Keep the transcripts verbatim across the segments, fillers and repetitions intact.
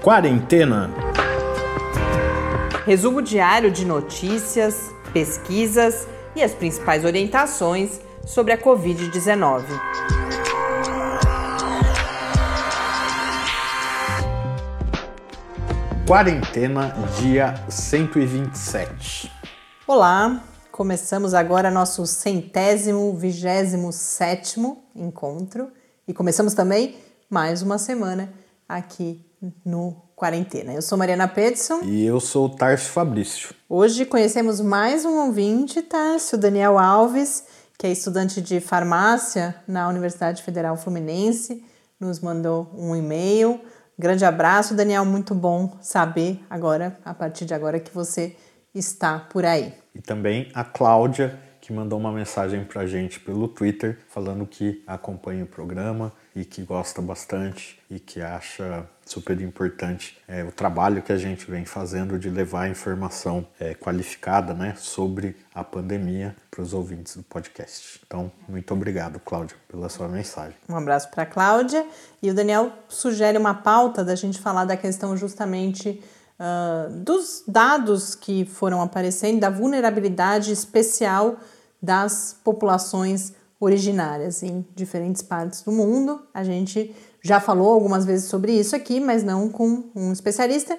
Quarentena. Resumo diário de notícias, pesquisas e as principais orientações sobre a covid dezenove. Quarentena, dia cento e vinte e sete. Olá, começamos agora nosso centésimo, vigésimo sétimo encontro e começamos também mais uma semana aqui no Quarentena. Eu sou Mariana Peterson. E eu sou o Tárcio Fabrício. Hoje conhecemos mais um ouvinte, Tárcio, Daniel Alves, que é estudante de farmácia na Universidade Federal Fluminense, nos mandou um e-mail. Grande abraço, Daniel, muito bom saber agora, a partir de agora, que você está por aí. E também a Cláudia, que mandou uma mensagem pra gente pelo Twitter, falando que acompanha o programa e que gosta bastante e que acha super importante é, o trabalho que a gente vem fazendo de levar informação é, qualificada, né, sobre a pandemia para os ouvintes do podcast. Então, muito obrigado, Cláudia, pela sua mensagem. Um abraço para a Cláudia. E o Daniel sugere uma pauta da gente falar da questão justamente uh, dos dados que foram aparecendo, da vulnerabilidade especial das populações originárias em diferentes partes do mundo. A gente já falou algumas vezes sobre isso aqui, mas não com um especialista.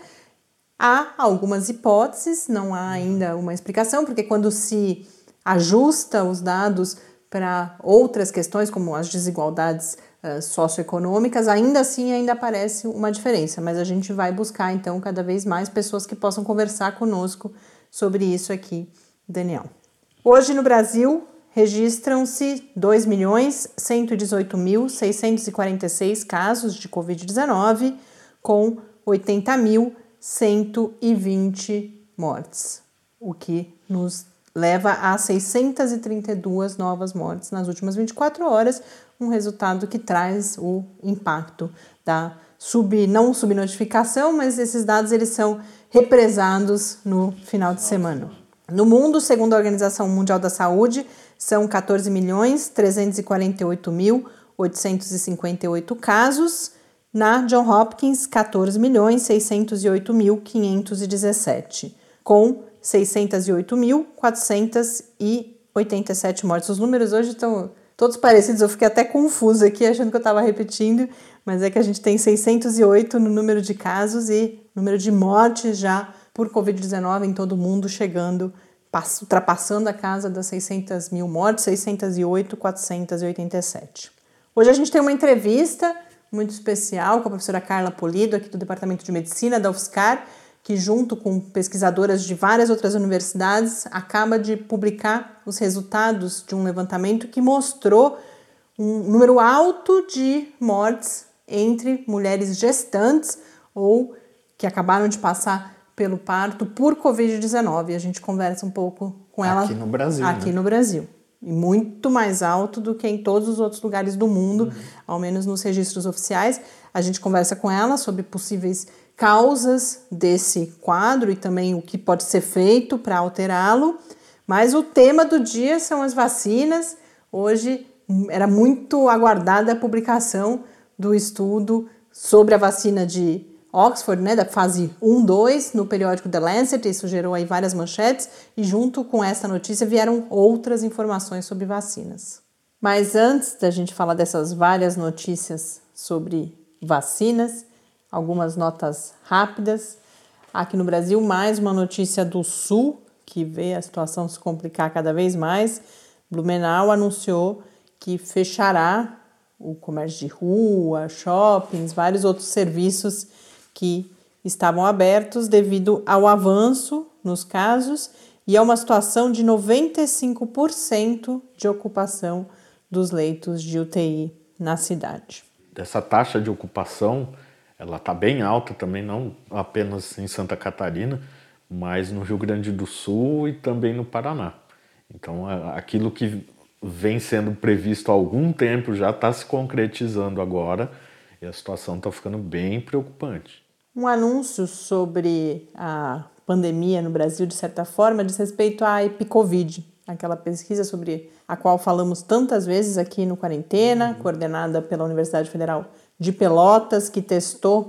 Há algumas hipóteses, não há ainda uma explicação, porque quando se ajusta os dados para outras questões, como as desigualdades uh, socioeconômicas, ainda assim ainda aparece uma diferença. Mas a gente vai buscar, então, cada vez mais pessoas que possam conversar conosco sobre isso aqui, Daniel. Hoje no Brasil registram-se dois milhões cento e dezoito mil seiscentos e quarenta e seis casos de covid dezenove, com oitenta mil cento e vinte mortes, o que nos leva a seiscentas e trinta e duas novas mortes nas últimas vinte e quatro horas, um resultado que traz o impacto da sub, não subnotificação, mas esses dados eles são represados no final de semana. No mundo, segundo a Organização Mundial da Saúde, são quatorze milhões trezentos e quarenta e oito mil oitocentos e cinquenta e oito casos. Na Johns Hopkins, quatorze milhões seiscentos e oito mil quinhentos e dezessete, com seiscentos e oito mil quatrocentos e oitenta e sete mortes. Os números hoje estão todos parecidos, eu fiquei até confusa aqui, achando que eu estava repetindo, mas é que a gente tem seiscentos e oito no número de casos e número de mortes já por covid dezenove em todo o mundo, chegando, ultrapassando a casa das seiscentas mil mortes, seiscentos e oito mil quatrocentos e oitenta e sete. Hoje a gente tem uma entrevista muito especial com a professora Carla Polido, aqui do Departamento de Medicina da U F S C R, que junto com pesquisadoras de várias outras universidades, acaba de publicar os resultados de um levantamento que mostrou um número alto de mortes entre mulheres gestantes ou que acabaram de passar pelo parto por covid dezenove. A gente conversa um pouco com ela aqui no Brasil. Aqui né? no Brasil. E muito mais alto do que em todos os outros lugares do mundo, uhum. ao menos nos registros oficiais. A gente conversa com ela sobre possíveis causas desse quadro e também o que pode ser feito para alterá-lo. Mas o tema do dia são as vacinas. Hoje era muito aguardada a publicação do estudo sobre a vacina de Oxford, né, da fase um, dois, no periódico The Lancet. Isso gerou aí várias manchetes e junto com essa notícia vieram outras informações sobre vacinas. Mas antes da gente falar dessas várias notícias sobre vacinas, algumas notas rápidas. Aqui no Brasil, mais uma notícia do Sul, que vê a situação se complicar cada vez mais. Blumenau anunciou que fechará o comércio de rua, shoppings, vários outros serviços que estavam abertos devido ao avanço nos casos e a uma situação de noventa e cinco por cento de ocupação dos leitos de U T I na cidade. Essa taxa de ocupação, ela está bem alta também, não apenas em Santa Catarina, mas no Rio Grande do Sul e também no Paraná. Então, aquilo que vem sendo previsto há algum tempo já está se concretizando agora e a situação está ficando bem preocupante. Um anúncio sobre a pandemia no Brasil, de certa forma, diz respeito à EpiCovid, aquela pesquisa sobre a qual falamos tantas vezes aqui no Quarentena, uhum. coordenada pela Universidade Federal de Pelotas, que testou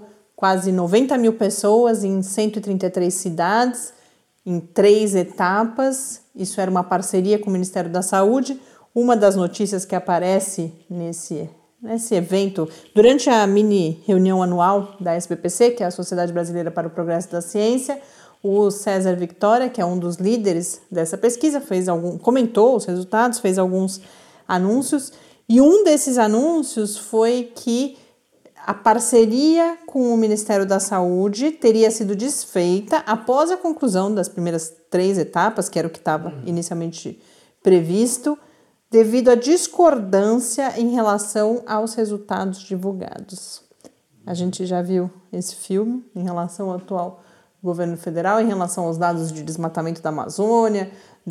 quase noventa mil pessoas em cento e trinta e três cidades, em três etapas. Isso era uma parceria com o Ministério da Saúde. Uma das notícias que aparece nesse, nesse evento, durante a mini reunião anual da S B P C, que é a Sociedade Brasileira para o Progresso da Ciência, o César Victoria, que é um dos líderes dessa pesquisa, fez algum, comentou os resultados, fez alguns anúncios, e um desses anúncios foi que a parceria com o Ministério da Saúde teria sido desfeita após a conclusão das primeiras três etapas, que era o que estava inicialmente previsto, devido à discordância em relação aos resultados divulgados. A gente já viu esse filme em relação ao atual governo federal, em relação aos dados de desmatamento da Amazônia,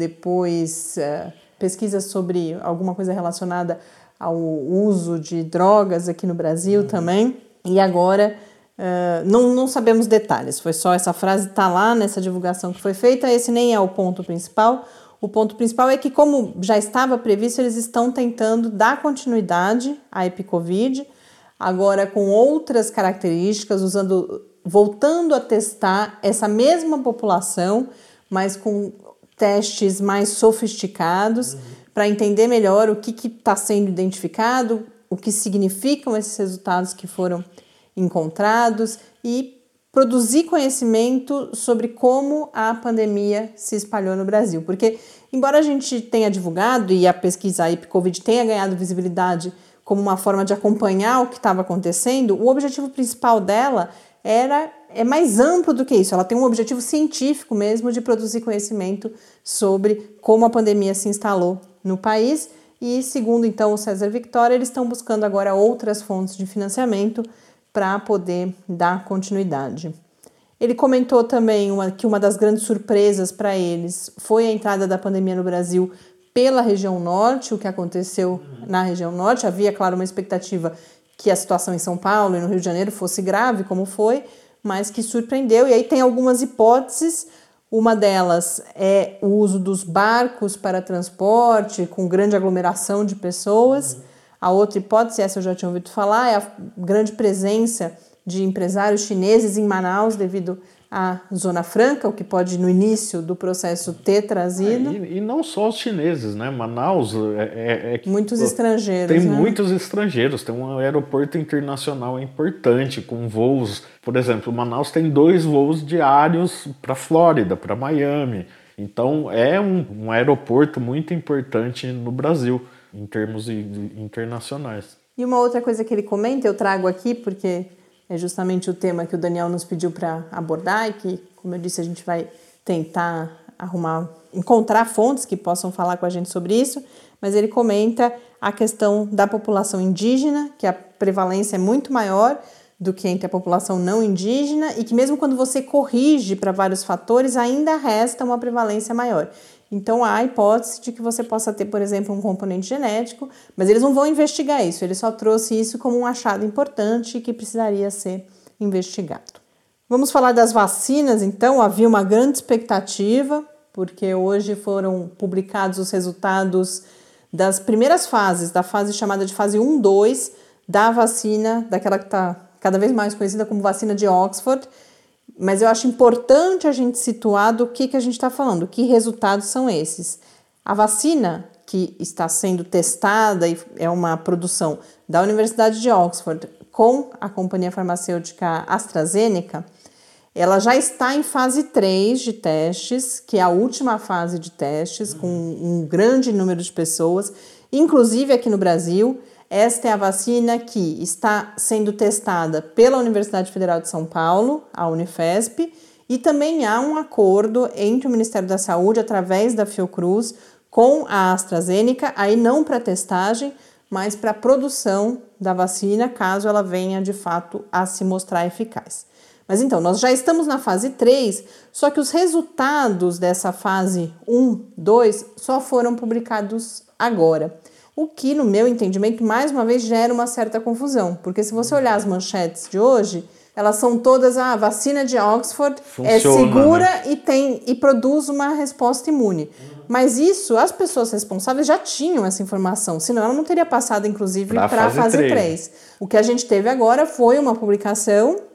depois é, pesquisas sobre alguma coisa relacionada ao uso de drogas aqui no Brasil uhum. também, e agora uh, não, não sabemos detalhes, foi só essa frase, está lá nessa divulgação que foi feita, esse nem é o ponto principal. O ponto principal é que, como já estava previsto, eles estão tentando dar continuidade à EpiCovid, agora com outras características, usando, voltando a testar essa mesma população, mas com testes mais sofisticados, uhum. para entender melhor o que está sendo identificado, o que significam esses resultados que foram encontrados e produzir conhecimento sobre como a pandemia se espalhou no Brasil. Porque, embora a gente tenha divulgado e a pesquisa EpiCovid tenha ganhado visibilidade como uma forma de acompanhar o que estava acontecendo, o objetivo principal dela era, é mais amplo do que isso. Ela tem um objetivo científico mesmo de produzir conhecimento sobre como a pandemia se instalou no país e, segundo então o César Victoria, eles estão buscando agora outras fontes de financiamento para poder dar continuidade. Ele comentou também uma, que uma das grandes surpresas para eles foi a entrada da pandemia no Brasil pela região norte, o que aconteceu na região norte. Havia, claro, uma expectativa que a situação em São Paulo e no Rio de Janeiro fosse grave, como foi, mas que surpreendeu. E aí tem algumas hipóteses. Uma delas é o uso dos barcos para transporte, com grande aglomeração de pessoas. A outra hipótese, essa eu já tinha ouvido falar, é a grande presença de empresários chineses em Manaus devido à Zona Franca, o que pode, no início do processo, ter trazido. É, e, e não só os chineses, né? Manaus é... é, é muitos pô, estrangeiros, Tem né? muitos estrangeiros, tem um aeroporto internacional importante, com voos... Por exemplo, Manaus tem dois voos diários para Flórida, para Miami. Então, é um, um aeroporto muito importante no Brasil, em termos internacionais. E uma outra coisa que ele comenta, eu trago aqui, porque é justamente o tema que o Daniel nos pediu para abordar e que, como eu disse, a gente vai tentar arrumar, encontrar fontes que possam falar com a gente sobre isso, mas ele comenta a questão da população indígena, que a prevalência é muito maior do que entre a população não indígena e que mesmo quando você corrige para vários fatores, ainda resta uma prevalência maior. Então, há a hipótese de que você possa ter, por exemplo, um componente genético, mas eles não vão investigar isso, ele só trouxe isso como um achado importante que precisaria ser investigado. Vamos falar das vacinas, então. Havia uma grande expectativa, porque hoje foram publicados os resultados das primeiras fases, da fase chamada de fase um dois, da vacina, daquela que está cada vez mais conhecida como vacina de Oxford. Mas eu acho importante a gente situar do que, que a gente está falando, que resultados são esses. A vacina que está sendo testada e é uma produção da Universidade de Oxford com a companhia farmacêutica AstraZeneca, ela já está em fase três de testes, que é a última fase de testes, com um grande número de pessoas, inclusive aqui no Brasil. Esta é a vacina que está sendo testada pela Universidade Federal de São Paulo, a Unifesp, e também há um acordo entre o Ministério da Saúde, através da Fiocruz, com a AstraZeneca, aí não para testagem, mas para a produção da vacina, caso ela venha de fato a se mostrar eficaz. Mas então, nós já estamos na fase três, só que os resultados dessa fase um, dois só foram publicados agora. O que, no meu entendimento, mais uma vez gera uma certa confusão, porque se você olhar as manchetes de hoje, elas são todas, ah, a vacina de Oxford Funciona, é segura, né? e, tem, e produz uma resposta imune. Mas isso, as pessoas responsáveis já tinham essa informação, senão ela não teria passado, inclusive, para a fase três. O que a gente teve agora foi uma publicação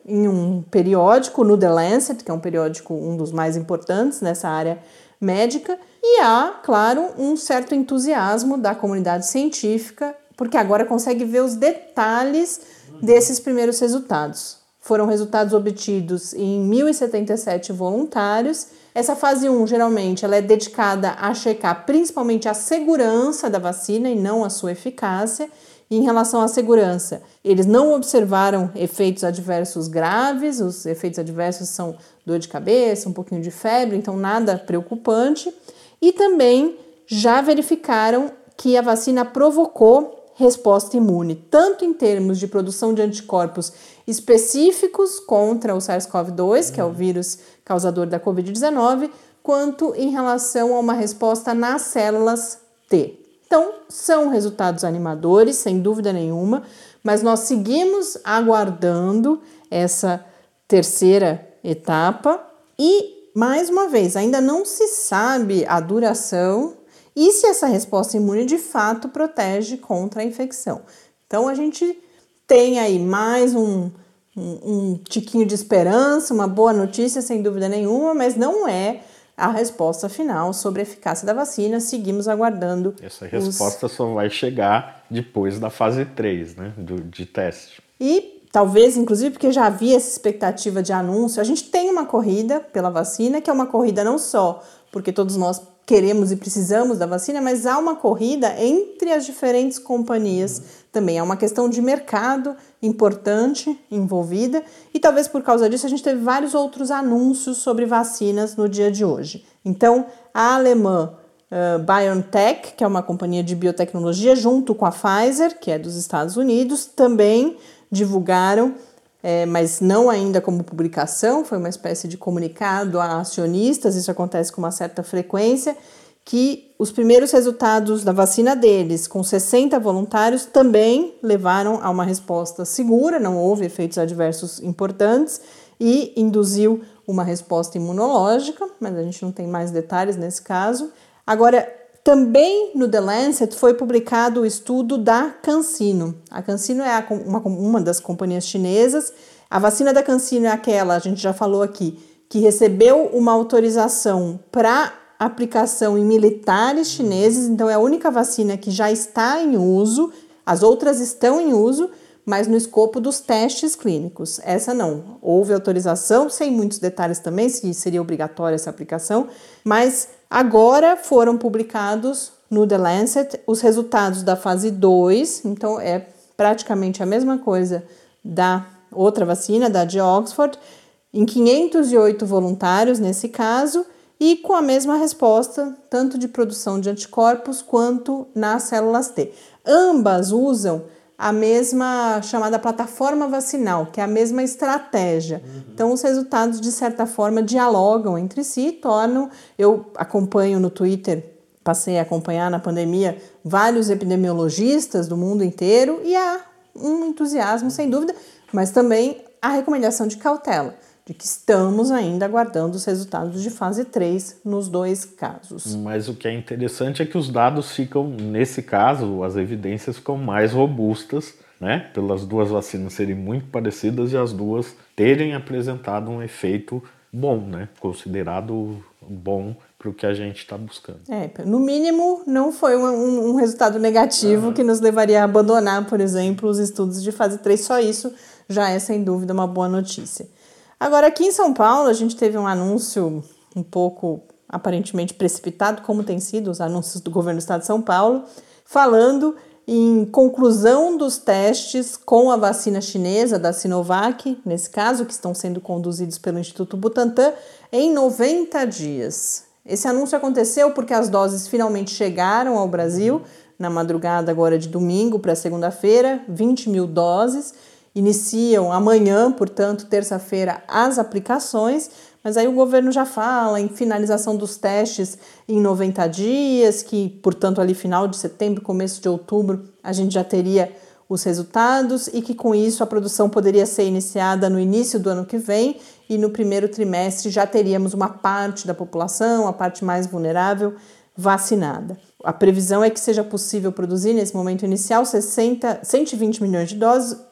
em um periódico, no The Lancet, que é um periódico, um dos mais importantes nessa área médica, e há, claro, um certo entusiasmo da comunidade científica, porque agora consegue ver os detalhes desses primeiros resultados. Foram resultados obtidos em mil e setenta e sete voluntários. Essa fase um, geralmente, ela é dedicada a checar principalmente a segurança da vacina e não a sua eficácia. E em relação à segurança, eles não observaram efeitos adversos graves, os efeitos adversos são dor de cabeça, um pouquinho de febre, então nada preocupante. E também já verificaram que a vacina provocou resposta imune, tanto em termos de produção de anticorpos específicos contra o SARS-CoV dois, que é o vírus causador da covid dezenove, quanto em relação a uma resposta nas células T. Então, são resultados animadores, sem dúvida nenhuma, mas nós seguimos aguardando essa terceira etapa e, mais uma vez, ainda não se sabe a duração e se essa resposta imune de fato protege contra a infecção. Então a gente tem aí mais um, um, um tiquinho de esperança, uma boa notícia sem dúvida nenhuma, mas não é a resposta final sobre a eficácia da vacina. Seguimos aguardando. Essa resposta os... só vai chegar depois da fase três, né, do, de teste. E talvez, inclusive, porque já havia essa expectativa de anúncio, a gente tem uma corrida pela vacina, que é uma corrida não só porque todos nós queremos e precisamos da vacina, mas há uma corrida entre as diferentes companhias também. É uma questão de mercado importante envolvida e talvez por causa disso a gente teve vários outros anúncios sobre vacinas no dia de hoje. Então, a alemã uh, BioNTech, que é uma companhia de biotecnologia, junto com a Pfizer, que é dos Estados Unidos, também divulgaram, é, mas não ainda como publicação, foi uma espécie de comunicado a acionistas, isso acontece com uma certa frequência, que os primeiros resultados da vacina deles, com sessenta voluntários, também levaram a uma resposta segura, não houve efeitos adversos importantes e induziu uma resposta imunológica, mas a gente não tem mais detalhes nesse caso. Agora, também no The Lancet foi publicado o estudo da CanSino. A CanSino é uma, uma das companhias chinesas. A vacina da CanSino é aquela, a gente já falou aqui, que recebeu uma autorização para aplicação em militares chineses, então é a única vacina que já está em uso, as outras estão em uso, mas no escopo dos testes clínicos. Essa não. Houve autorização, sem muitos detalhes também, se seria obrigatória essa aplicação, mas agora foram publicados no The Lancet os resultados da fase dois, então é praticamente a mesma coisa da outra vacina, da de Oxford, em quinhentos e oito voluntários nesse caso, e com a mesma resposta, tanto de produção de anticorpos quanto nas células T. Ambas usam a mesma chamada plataforma vacinal, que é a mesma estratégia. Uhum. Então, os resultados, de certa forma, dialogam entre si, tornam... Eu acompanho no Twitter, passei a acompanhar na pandemia, vários epidemiologistas do mundo inteiro, e há um entusiasmo, sem dúvida, mas também a recomendação de cautela, de que estamos ainda aguardando os resultados de fase três nos dois casos. Mas o que é interessante é que os dados ficam, nesse caso, as evidências ficam mais robustas, né? Pelas duas vacinas serem muito parecidas e as duas terem apresentado um efeito bom, né? Considerado bom para o que a gente está buscando. É, no mínimo, não foi um, um resultado negativo uhum. que nos levaria a abandonar, por exemplo, os estudos de fase três. Só isso já é, sem dúvida, uma boa notícia. Agora, aqui em São Paulo, a gente teve um anúncio um pouco, aparentemente, precipitado, como tem sido os anúncios do governo do estado de São Paulo, falando em conclusão dos testes com a vacina chinesa, da Sinovac, nesse caso, que estão sendo conduzidos pelo Instituto Butantan, em noventa dias. Esse anúncio aconteceu porque as doses finalmente chegaram ao Brasil, na madrugada agora de domingo para segunda-feira, vinte mil doses, iniciam amanhã, portanto, terça-feira, as aplicações, mas aí o governo já fala em finalização dos testes em noventa dias, que, portanto, ali final de setembro, começo de outubro, a gente já teria os resultados e que, com isso, a produção poderia ser iniciada no início do ano que vem e no primeiro trimestre já teríamos uma parte da população, a parte mais vulnerável, vacinada. A previsão é que seja possível produzir, nesse momento inicial, sessenta, cento e vinte milhões de doses,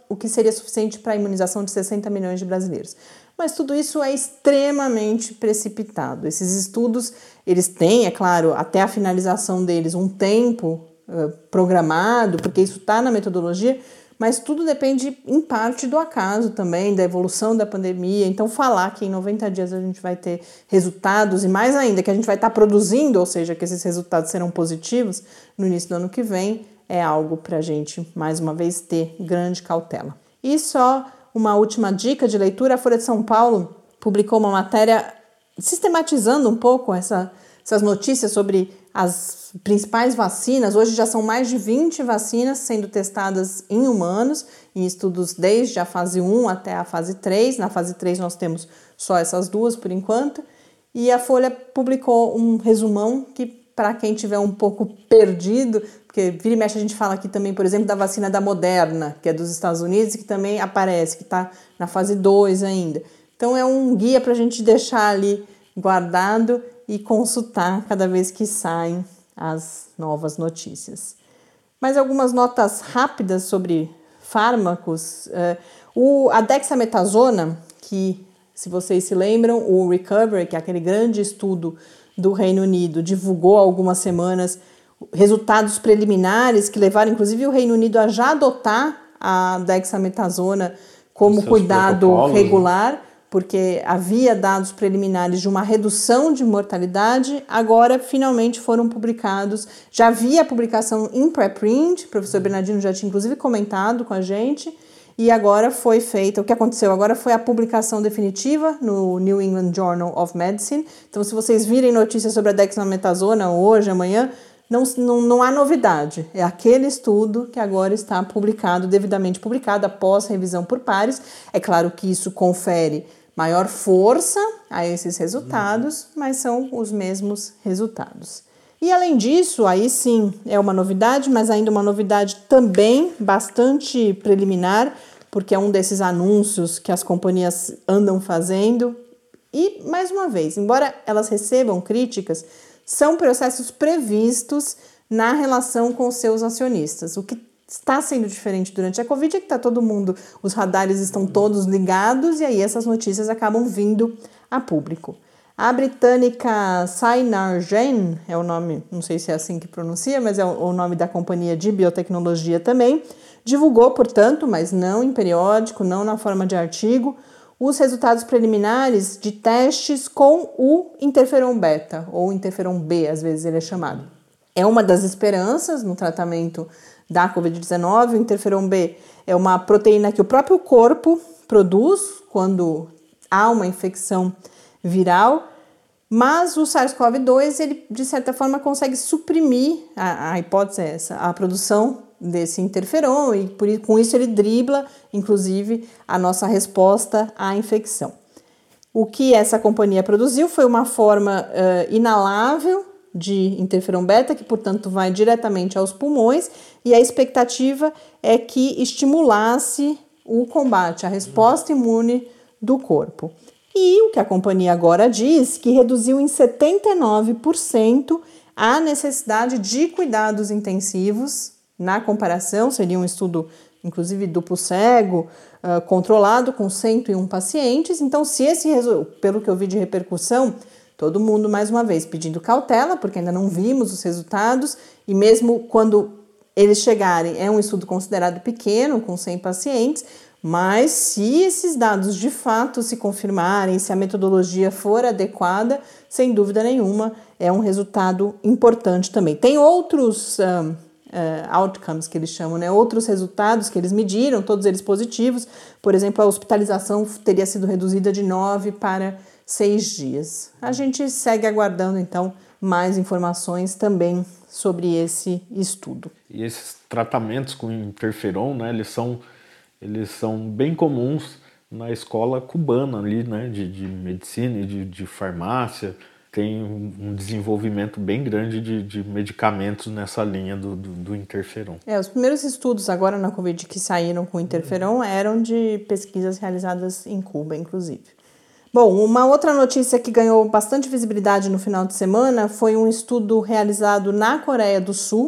o que seria suficiente para a imunização de sessenta milhões de brasileiros. Mas tudo isso é extremamente precipitado. Esses estudos, eles têm, é claro, até a finalização deles, um tempo uh, programado, porque isso está na metodologia, mas tudo depende, em parte, do acaso também, da evolução da pandemia. Então, falar que em noventa dias a gente vai ter resultados, e mais ainda, que a gente vai estar produzindo, ou seja, que esses resultados serão positivos no início do ano que vem, é algo para a gente, mais uma vez, ter grande cautela. E só uma última dica de leitura: a Folha de São Paulo publicou uma matéria sistematizando um pouco essa, essas notícias sobre as principais vacinas. Hoje já são mais de vinte vacinas sendo testadas em humanos, em estudos desde a fase um até a fase três. Na fase três nós temos só essas duas por enquanto. E a Folha publicou um resumão que, para quem tiver um pouco perdido, porque vira e mexe a gente fala aqui também, por exemplo, da vacina da Moderna, que é dos Estados Unidos, que também aparece, que está na fase dois ainda. Então é um guia para a gente deixar ali guardado e consultar cada vez que saem as novas notícias. Mais algumas notas rápidas sobre fármacos. Uh, o, a dexametasona, que, se vocês se lembram, o Recovery, que é aquele grande estudo do Reino Unido, divulgou há algumas semanas resultados preliminares que levaram, inclusive, o Reino Unido a já adotar a dexametasona como cuidado regular, porque havia dados preliminares de uma redução de mortalidade. Agora, finalmente, foram publicados. Já havia a publicação em preprint, o professor Bernardino já tinha, inclusive, comentado com a gente, e agora foi feita, o que aconteceu agora foi a publicação definitiva no New England Journal of Medicine. Então, se vocês virem notícias sobre a dexametasona hoje, amanhã, não, não, não há novidade. É aquele estudo que agora está publicado, devidamente publicado, após revisão por pares. É claro que isso confere maior força a esses resultados, mas são os mesmos resultados. E além disso, aí sim é uma novidade, mas ainda uma novidade também bastante preliminar, porque é um desses anúncios que as companhias andam fazendo. E, mais uma vez, embora elas recebam críticas, são processos previstos na relação com os seus acionistas. O que está sendo diferente durante a Covid é que está todo mundo, os radares estão todos ligados e aí essas notícias acabam vindo a público. A britânica Sinargen, é o nome, não sei se é assim que pronuncia, mas é o nome da companhia de biotecnologia também, divulgou, portanto, mas não em periódico, não na forma de artigo, os resultados preliminares de testes com o interferon beta, ou interferon B, às vezes ele é chamado. É uma das esperanças no tratamento da covid dezenove. O interferon B é uma proteína que o próprio corpo produz quando há uma infecção viral, mas o SARS-CoV dois, ele, de certa forma, consegue suprimir, a, a hipótese é essa, a produção desse interferon, e por, com isso ele dribla, inclusive, a nossa resposta à infecção. O que essa companhia produziu foi uma forma uh, inalável de interferon beta, que, portanto, vai diretamente aos pulmões, e a expectativa é que estimulasse o combate, a resposta imune do corpo. E o que a companhia agora diz, que reduziu em setenta e nove por cento a necessidade de cuidados intensivos. Na comparação, seria um estudo, inclusive, duplo cego, uh, controlado com cento e um pacientes. Então, se esse, pelo que eu vi de repercussão, todo mundo, mais uma vez, pedindo cautela, porque ainda não vimos os resultados, e mesmo quando eles chegarem, é um estudo considerado pequeno, com cem pacientes, mas se esses dados de fato se confirmarem, se a metodologia for adequada, sem dúvida nenhuma, é um resultado importante também. Tem outros um, uh, outcomes que eles chamam, né? Outros resultados que eles mediram, todos eles positivos. Por exemplo, a hospitalização teria sido reduzida de nove para seis dias. A gente segue aguardando, então, mais informações também sobre esse estudo. E esses tratamentos com interferon, né, eles são... eles são bem comuns na escola cubana ali, né, de, de medicina e de, de farmácia. Tem um, um desenvolvimento bem grande de, de medicamentos nessa linha do, do, do interferon. É, os primeiros estudos agora na Covid que saíram com interferon eram de pesquisas realizadas em Cuba, inclusive. Bom, uma outra notícia que ganhou bastante visibilidade no final de semana foi um estudo realizado na Coreia do Sul,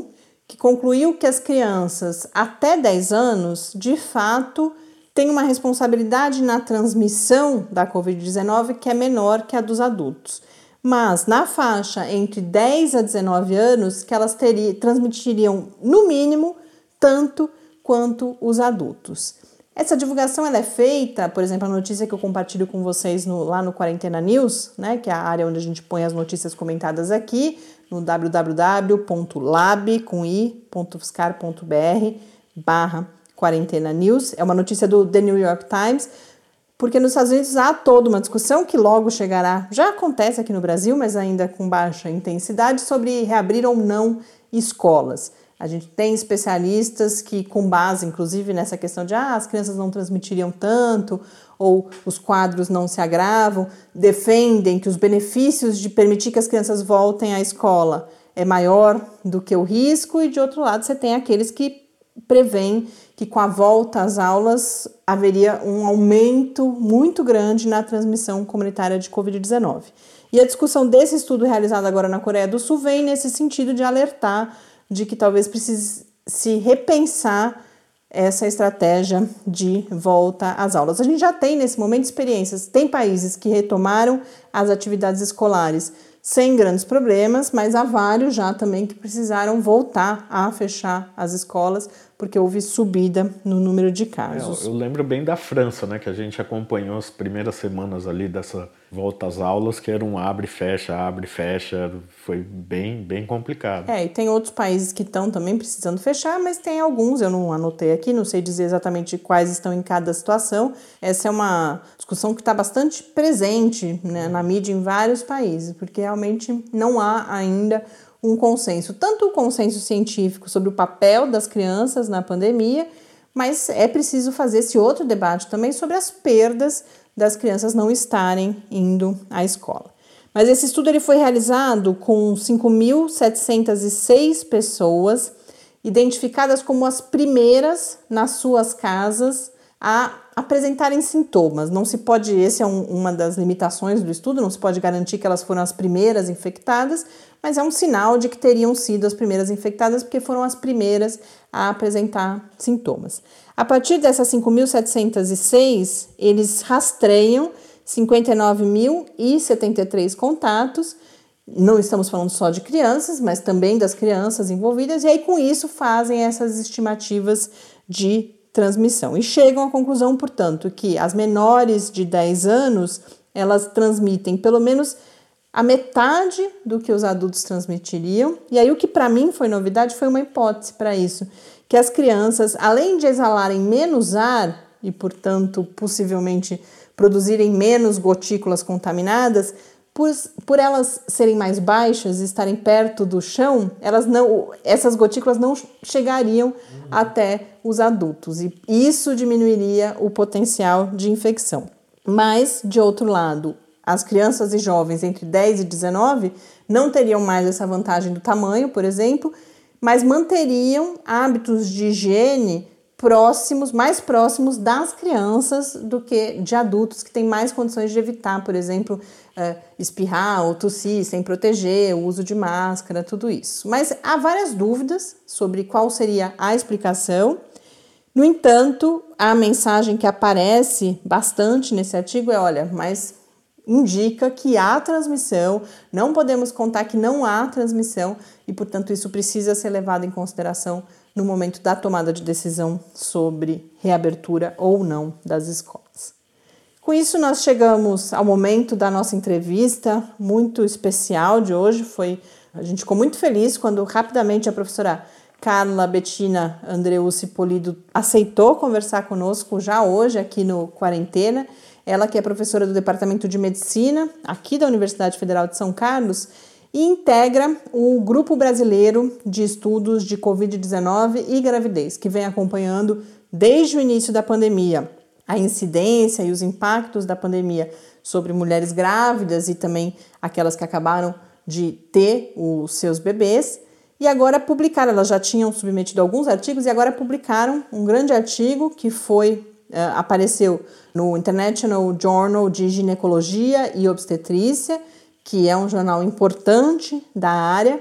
que concluiu que as crianças até dez anos, de fato, têm uma responsabilidade na transmissão da covid dezenove que é menor que a dos adultos. Mas na faixa entre dez a dezenove anos, que elas teriam, transmitiriam no mínimo tanto quanto os adultos. Essa divulgação ela é feita, por exemplo, a notícia que eu compartilho com vocês no, lá no Quarentena News, né, que é a área onde a gente põe as notícias comentadas aqui, no w w w ponto lab ponto fiscar ponto b r barra Quarentena News. É uma notícia do The New York Times, porque nos Estados Unidos há toda uma discussão que logo chegará, já acontece aqui no Brasil, mas ainda com baixa intensidade, sobre reabrir ou não escolas. A gente tem especialistas que, com base, inclusive, nessa questão de ah, as crianças não transmitiriam tanto ou os quadros não se agravam, defendem que os benefícios de permitir que as crianças voltem à escola é maior do que o risco, e, de outro lado, você tem aqueles que prevêem que, com a volta às aulas, haveria um aumento muito grande na transmissão comunitária de covid dezenove. E a discussão desse estudo realizado agora na Coreia do Sul vem nesse sentido de alertar de que talvez precise se repensar essa estratégia de volta às aulas. A gente já tem, nesse momento, experiências. Tem países que retomaram as atividades escolares sem grandes problemas, mas há vários já também que precisaram voltar a fechar as escolas porque houve subida no número de casos. É, eu lembro bem da França, né, que a gente acompanhou as primeiras semanas ali dessa volta às aulas, que era um abre, fecha, abre, fecha, foi bem, bem complicado. É, e tem outros países que estão também precisando fechar, mas tem alguns, eu não anotei aqui, não sei dizer exatamente quais estão em cada situação. Essa é uma discussão que está bastante presente, né, na mídia em vários países, porque realmente não há ainda um consenso, tanto o consenso científico sobre o papel das crianças na pandemia, mas é preciso fazer esse outro debate também sobre as perdas das crianças não estarem indo à escola. Mas esse estudo ele foi realizado com cinco mil setecentas e seis pessoas, identificadas como as primeiras nas suas casas a apresentarem sintomas. Não se pode, esse é um, uma das limitações do estudo, não se pode garantir que elas foram as primeiras infectadas, mas é um sinal de que teriam sido as primeiras infectadas porque foram as primeiras a apresentar sintomas. A partir dessas cinco mil setecentas e seis, eles rastreiam cinquenta e nove mil e setenta e três contatos. Não estamos falando só de crianças, mas também das crianças envolvidas, e aí com isso fazem essas estimativas de transmissão. E chegam à conclusão, portanto, que as menores de dez anos, elas transmitem pelo menos a metade do que os adultos transmitiriam. E aí o que para mim foi novidade foi uma hipótese para isso, que as crianças, além de exalarem menos ar e, portanto, possivelmente produzirem menos gotículas contaminadas, por, por elas serem mais baixas e estarem perto do chão, elas não, essas gotículas não chegariam uhum. até os adultos, e isso diminuiria o potencial de infecção. Mas, de outro lado, as crianças e jovens entre dez e dezenove não teriam mais essa vantagem do tamanho, por exemplo, mas manteriam hábitos de higiene próximos, mais próximos das crianças do que de adultos que têm mais condições de evitar, por exemplo, uh, espirrar ou tossir sem proteger, o uso de máscara, tudo isso. Mas há várias dúvidas sobre qual seria a explicação. No entanto, a mensagem que aparece bastante nesse artigo é, olha, mas indica que há transmissão, não podemos contar que não há transmissão e, portanto, isso precisa ser levado em consideração no momento da tomada de decisão sobre reabertura ou não das escolas. Com isso, nós chegamos ao momento da nossa entrevista muito especial de hoje. Foi, a gente ficou muito feliz quando rapidamente a professora Carla Bettina Andreucci Polido aceitou conversar conosco já hoje aqui no Quarentena. Ela que é professora do Departamento de Medicina aqui da Universidade Federal de São Carlos e integra o Grupo Brasileiro de Estudos de covid dezenove e Gravidez, que vem acompanhando desde o início da pandemia a incidência e os impactos da pandemia sobre mulheres grávidas e também aquelas que acabaram de ter os seus bebês. E agora publicaram, elas já tinham submetido alguns artigos e agora publicaram um grande artigo que foi, uh, apareceu no International Journal de Ginecologia e Obstetrícia, que é um jornal importante da área,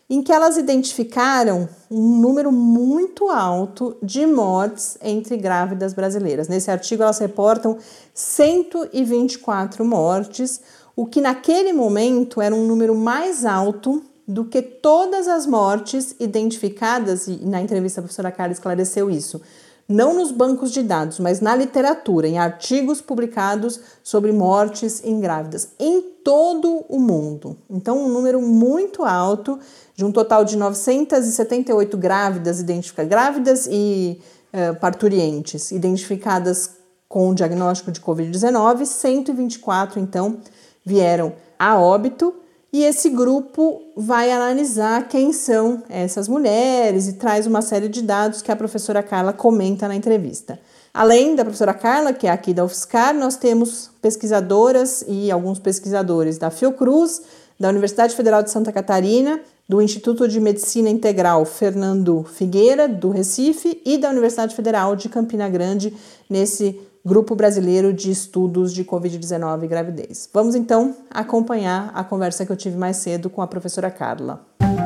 em que elas identificaram um número muito alto de mortes entre grávidas brasileiras. Nesse artigo, elas reportam cento e vinte e quatro mortes, o que naquele momento era um número mais alto do que todas as mortes identificadas, e na entrevista a professora Carla esclareceu isso, não nos bancos de dados, mas na literatura, em artigos publicados sobre mortes em grávidas, em todo o mundo. Então, um número muito alto, de um total de novecentas e setenta e oito grávidas identificadas, grávidas e uh, parturientes identificadas com o diagnóstico de covid dezenove, cento e vinte e quatro, então, vieram a óbito. E esse grupo vai analisar quem são essas mulheres e traz uma série de dados que a professora Carla comenta na entrevista. Além da professora Carla, que é aqui da UFSCar, nós temos pesquisadoras e alguns pesquisadores da Fiocruz, da Universidade Federal de Santa Catarina, do Instituto de Medicina Integral Fernando Figueira, do Recife, e da Universidade Federal de Campina Grande, nesse Grupo Brasileiro de Estudos de covid dezenove e Gravidez. Vamos então acompanhar a conversa que eu tive mais cedo com a professora Carla.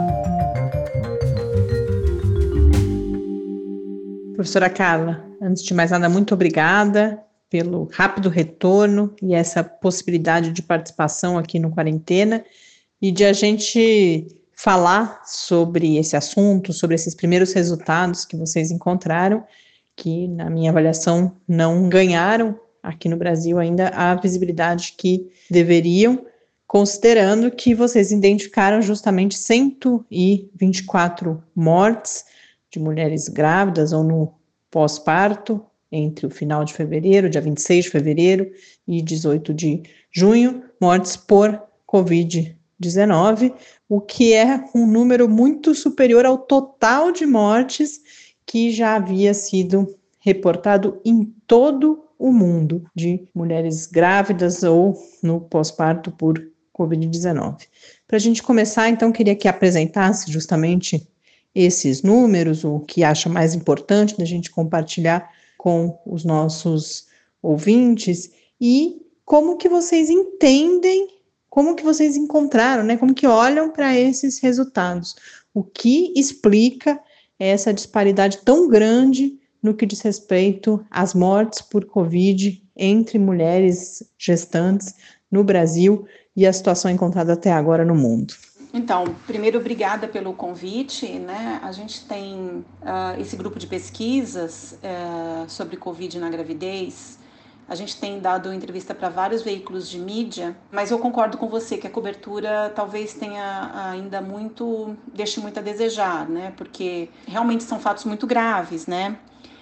Professora Carla, antes de mais nada, muito obrigada pelo rápido retorno e essa possibilidade de participação aqui no Quarentena e de a gente falar sobre esse assunto, sobre esses primeiros resultados que vocês encontraram, que, na minha avaliação, não ganharam aqui no Brasil ainda a visibilidade que deveriam, considerando que vocês identificaram justamente cento e vinte e quatro mortes de mulheres grávidas ou no pós-parto entre o final de fevereiro, dia vinte e seis de fevereiro e dezoito de junho, mortes por covid dezenove, o que é um número muito superior ao total de mortes que já havia sido reportado em todo o mundo de mulheres grávidas ou no pós-parto por covid dezenove. Para a gente começar, então, queria que apresentasse justamente esses números, o que acha mais importante da gente compartilhar com os nossos ouvintes e como que vocês entendem, como que vocês encontraram, né? Como que olham para esses resultados, o que explica essa disparidade tão grande no que diz respeito às mortes por Covid entre mulheres gestantes no Brasil e a situação encontrada até agora no mundo. Então, primeiro, obrigada pelo convite, né? A gente tem uh, esse grupo de pesquisas uh, sobre Covid na gravidez. A gente tem dado entrevista para vários veículos de mídia, mas eu concordo com você que a cobertura talvez tenha ainda muito, deixe muito a desejar, né? Porque realmente são fatos muito graves, né?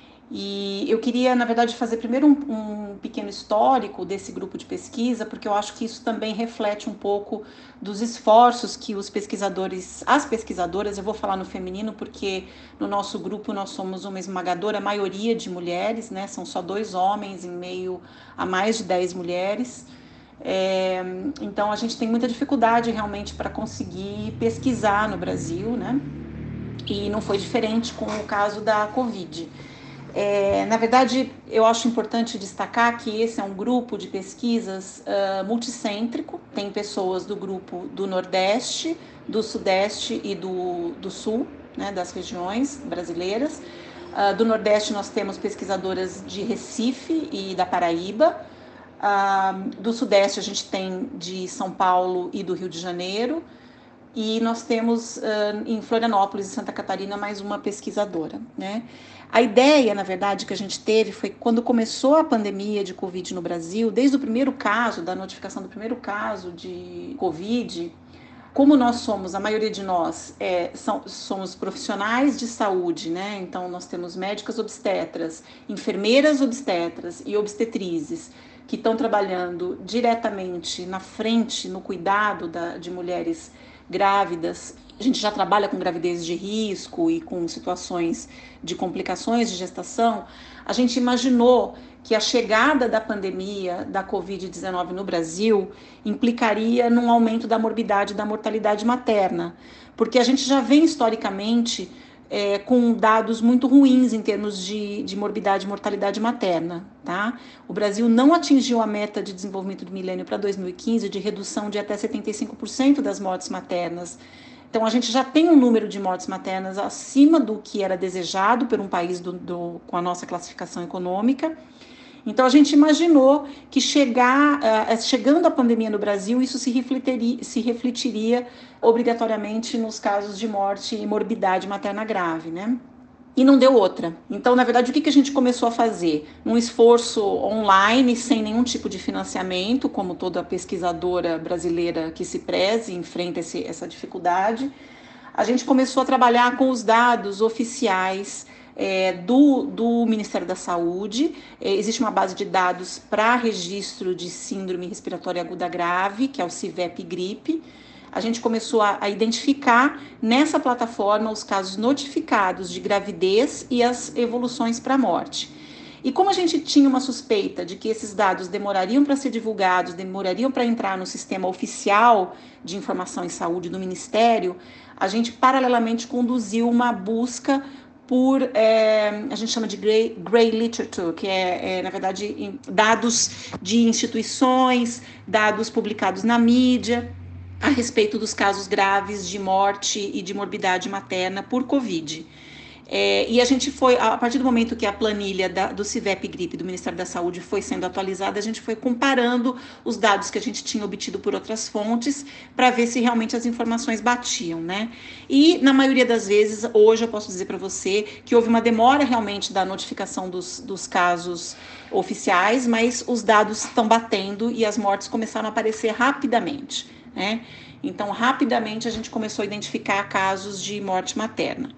E eu queria, na verdade, fazer primeiro um, um pequeno histórico desse grupo de pesquisa, porque eu acho que isso também reflete um pouco dos esforços que os pesquisadores, as pesquisadoras, eu vou falar no feminino, porque no nosso grupo nós somos uma esmagadora maioria de mulheres, né? São só dois homens em meio a mais de dez mulheres. É, então a gente tem muita dificuldade realmente para conseguir pesquisar no Brasil, né? E não foi diferente com o caso da Covid. É, na verdade, eu acho importante destacar que esse é um grupo de pesquisas uh, multicêntrico. Tem pessoas do grupo do Nordeste, do Sudeste e do, do Sul, né, das regiões brasileiras. Uh, do Nordeste nós temos pesquisadoras de Recife e da Paraíba. Uh, do Sudeste a gente tem de São Paulo e do Rio de Janeiro. E nós temos uh, em Florianópolis e Santa Catarina mais uma pesquisadora, né? A ideia, na verdade, que a gente teve foi quando começou a pandemia de Covid no Brasil, desde o primeiro caso, da notificação do primeiro caso de Covid, como nós somos, a maioria de nós, é, são, somos profissionais de saúde, né? Então nós temos médicas obstetras, enfermeiras obstetras e obstetrizes que estão trabalhando diretamente na frente, no cuidado da, de mulheres grávidas. A gente já trabalha com gravidez de risco e com situações de complicações de gestação. A gente imaginou que a chegada da pandemia da covid dezenove no Brasil implicaria num aumento da morbidade e da mortalidade materna, porque a gente já vem historicamente é, com dados muito ruins em termos de, de morbidade e mortalidade materna, tá? O Brasil não atingiu a meta de desenvolvimento do milênio para dois mil e quinze de redução de até setenta e cinco por cento das mortes maternas Então, a gente já tem um número de mortes maternas acima do que era desejado por um país do, do, com a nossa classificação econômica. Então, a gente imaginou que chegar, uh, chegando a pandemia no Brasil, isso se refletiria, se refletiria obrigatoriamente nos casos de morte e morbidade materna grave, né? E não deu outra. Então, na verdade, o que a gente começou a fazer? Um esforço online, sem nenhum tipo de financiamento, como toda pesquisadora brasileira que se preze enfrenta esse, essa dificuldade, a gente começou a trabalhar com os dados oficiais é, do, do Ministério da Saúde. É, existe uma base de dados para registro de síndrome respiratória aguda grave, que é o CIVEP-Gripe. A gente começou a, a identificar nessa plataforma os casos notificados de gravidez e as evoluções para a morte. E como a gente tinha uma suspeita de que esses dados demorariam para ser divulgados, demorariam para entrar no sistema oficial de informação em saúde do Ministério, a gente paralelamente conduziu uma busca por, é, a gente chama de gray, gray literature, que é, é, na verdade, dados de instituições, dados publicados na mídia, a respeito dos casos graves de morte e de morbidade materna por Covid. É, e a gente foi, a partir do momento que a planilha da, do CIVEP-Gripe do Ministério da Saúde foi sendo atualizada, a gente foi comparando os dados que a gente tinha obtido por outras fontes para ver se realmente as informações batiam, né? E na maioria das vezes, hoje eu posso dizer para você que houve uma demora realmente da notificação dos, dos casos oficiais, mas os dados estão batendo e as mortes começaram a aparecer rapidamente, né? Então, rapidamente a gente começou a identificar casos de morte materna.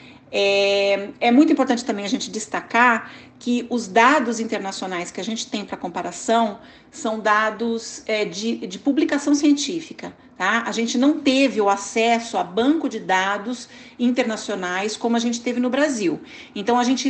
É, é muito importante também a gente destacar que os dados internacionais que a gente tem para comparação são dados é, de, de publicação científica, tá? A gente não teve o acesso a banco de dados internacionais como a gente teve no Brasil. Então, a gente,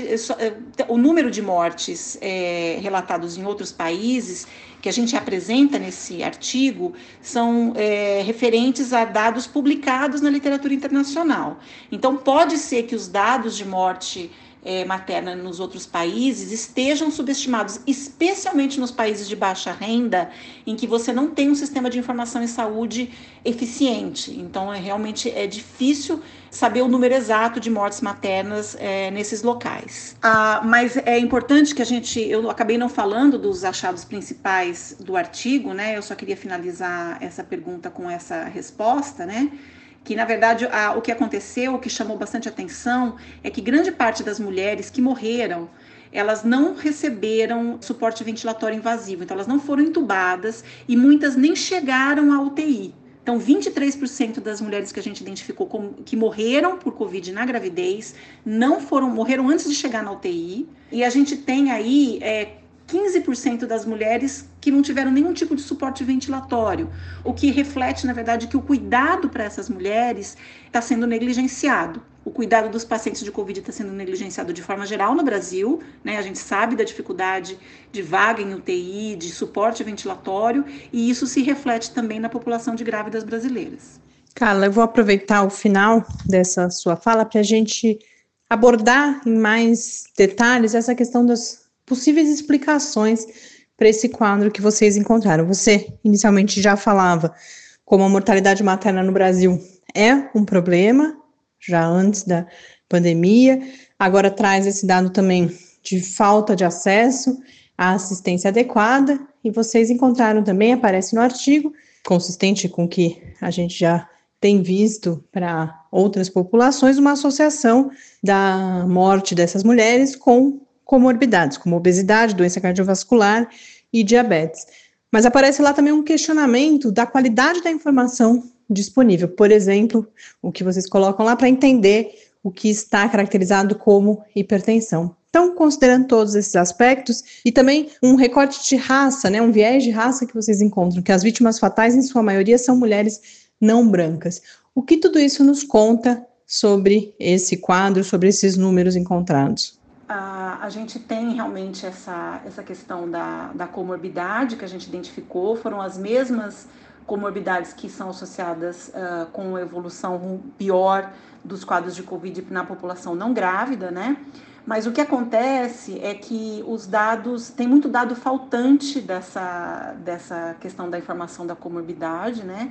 o número de mortes é, relatados em outros países que a gente apresenta nesse artigo são é, referentes a dados publicados na literatura internacional. Então, pode ser que os dados de morte é, materna nos outros países estejam subestimados, especialmente nos países de baixa renda, em que você não tem um sistema de informação em saúde eficiente. Então, é, realmente é difícil saber o número exato de mortes maternas é, nesses locais. Ah, mas é importante que a gente, eu acabei não falando dos achados principais do artigo, né? Eu só queria finalizar essa pergunta com essa resposta, né? Que, na verdade, a, o que aconteceu, o que chamou bastante atenção, é que grande parte das mulheres que morreram, elas não receberam suporte ventilatório invasivo, então elas não foram entubadas e muitas nem chegaram à U T I. Então, vinte e três por cento das mulheres que a gente identificou como, que morreram por Covid na gravidez, não foram, morreram antes de chegar na U T I, e a gente tem aí é, quinze por cento das mulheres que não tiveram nenhum tipo de suporte ventilatório, o que reflete, na verdade, que o cuidado para essas mulheres está sendo negligenciado. O cuidado dos pacientes de Covid está sendo negligenciado de forma geral no Brasil, né? A gente sabe da dificuldade de vaga em U T I, de suporte ventilatório, e isso se reflete também na população de grávidas brasileiras. Carla, eu vou aproveitar o final dessa sua fala para a gente abordar em mais detalhes essa questão das possíveis explicações para esse quadro que vocês encontraram. Você inicialmente já falava como a mortalidade materna no Brasil é um problema, já antes da pandemia, agora traz esse dado também de falta de acesso à assistência adequada, e vocês encontraram também, aparece no artigo, consistente com o que a gente já tem visto para outras populações, uma associação da morte dessas mulheres com comorbidades, como obesidade, doença cardiovascular e diabetes. Mas aparece lá também um questionamento da qualidade da informação disponível. Por exemplo, o que vocês colocam lá para entender o que está caracterizado como hipertensão. Então, considerando todos esses aspectos e também um recorte de raça, né, um viés de raça que vocês encontram, que as vítimas fatais, em sua maioria, são mulheres não brancas. O que tudo isso nos conta sobre esse quadro, sobre esses números encontrados? A, a gente tem realmente essa, essa questão da, da comorbidade que a gente identificou, foram as mesmas comorbidades que são associadas uh, com a evolução pior dos quadros de Covid na população não grávida, né? Mas o que acontece é que os dados, tem muito dado faltante dessa, dessa questão da informação da comorbidade, né?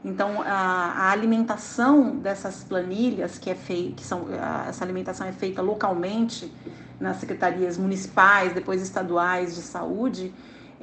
Então, a, a alimentação dessas planilhas, que é feita, que são, a, essa alimentação é feita localmente nas secretarias municipais, depois estaduais de saúde,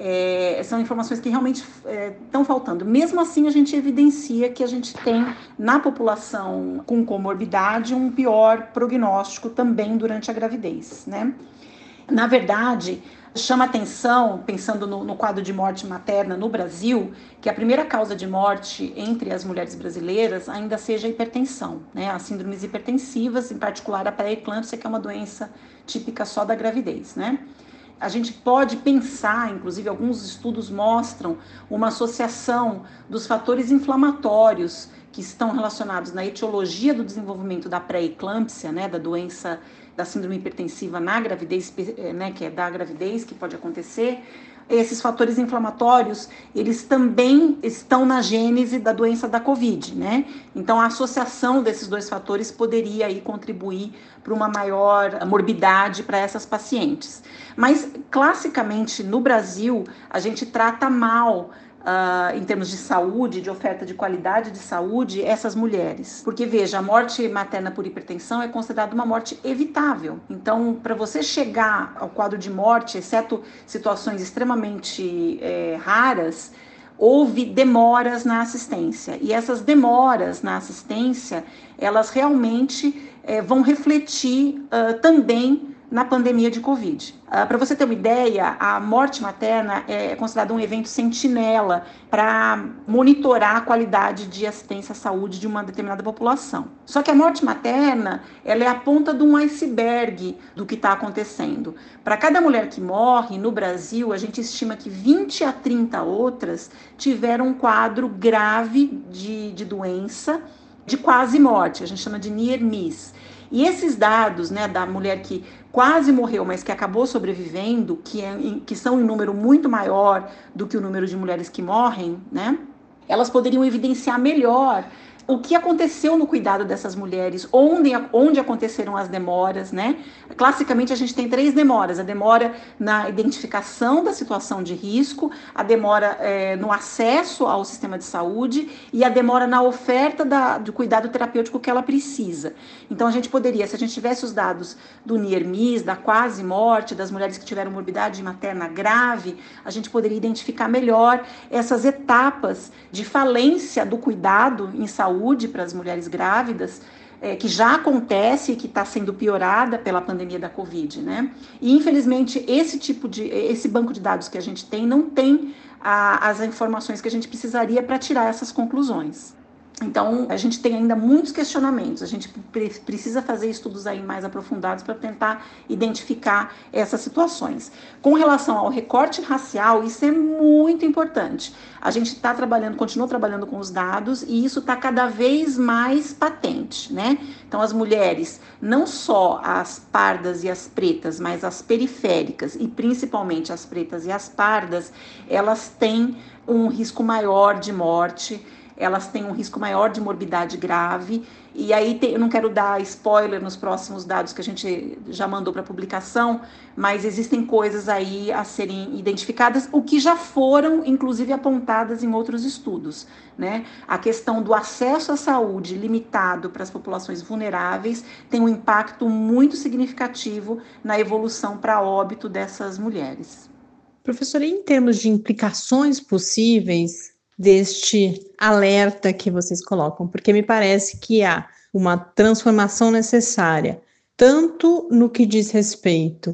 é, são informações que realmente estão é, faltando. Mesmo assim, a gente evidencia que a gente tem, na população com comorbidade, um pior prognóstico também durante a gravidez, né? Na verdade, chama atenção, pensando no, no quadro de morte materna no Brasil, que a primeira causa de morte entre as mulheres brasileiras ainda seja a hipertensão, né? As síndromes hipertensivas, em particular a pré-eclâmpsia, que é uma doença típica só da gravidez, né? A gente pode pensar, inclusive alguns estudos mostram uma associação dos fatores inflamatórios que estão relacionados na etiologia do desenvolvimento da pré-eclâmpsia, né, da doença da síndrome hipertensiva na gravidez, né, que é da gravidez que pode acontecer. Esses fatores inflamatórios, eles também estão na gênese da doença da Covid, né? Então, a associação desses dois fatores poderia aí contribuir para uma maior morbidade para essas pacientes. Mas, classicamente, no Brasil, a gente trata mal, Uh, em termos de saúde, de oferta de qualidade de saúde, essas mulheres. Porque, veja, a morte materna por hipertensão é considerada uma morte evitável. Então, para você chegar ao quadro de morte, exceto situações extremamente é, raras, houve demoras na assistência. E essas demoras na assistência, elas realmente é, vão refletir uh, também na pandemia de Covid. Uh, para você ter uma ideia, a morte materna é considerada um evento sentinela para monitorar a qualidade de assistência à saúde de uma determinada população. Só que a morte materna, ela é a ponta de um iceberg do que está acontecendo. Para cada mulher que morre, no Brasil, a gente estima que vinte a trinta outras tiveram um quadro grave de, de doença, de quase morte, a gente chama de near miss. E esses dados, né, da mulher que quase morreu, mas que acabou sobrevivendo, que, é, que são em número muito maior do que o número de mulheres que morrem, né, elas poderiam evidenciar melhor o que aconteceu no cuidado dessas mulheres, onde, onde aconteceram as demoras, né? Classicamente, a gente tem três demoras: a demora na identificação da situação de risco, a demora é, no acesso ao sistema de saúde e a demora na oferta da, do cuidado terapêutico que ela precisa. Então, a gente poderia, se a gente tivesse os dados do near miss, da quase morte, das mulheres que tiveram morbidade materna grave, a gente poderia identificar melhor essas etapas de falência do cuidado em saúde para as mulheres grávidas, é, que já acontece e que está sendo piorada pela pandemia da Covid, né? E, infelizmente, esse tipo de, esse banco de dados que a gente tem não tem a, as informações que a gente precisaria para tirar essas conclusões. Então, a gente tem ainda muitos questionamentos, a gente pre- precisa fazer estudos aí mais aprofundados para tentar identificar essas situações. Com relação ao recorte racial, isso é muito importante. A gente está trabalhando, continua trabalhando com os dados e isso está cada vez mais patente, né? Então, as mulheres, não só as pardas e as pretas, mas as periféricas e principalmente as pretas e as pardas, elas têm um risco maior de morte, elas têm um risco maior de morbidade grave, e aí tem, eu não quero dar spoiler nos próximos dados que a gente já mandou para publicação, mas existem coisas aí a serem identificadas, o que já foram, inclusive, apontadas em outros estudos, né? A questão do acesso à saúde limitado para as populações vulneráveis tem um impacto muito significativo na evolução para óbito dessas mulheres. Professora, em termos de implicações possíveis deste alerta que vocês colocam, porque me parece que há uma transformação necessária, tanto no que diz respeito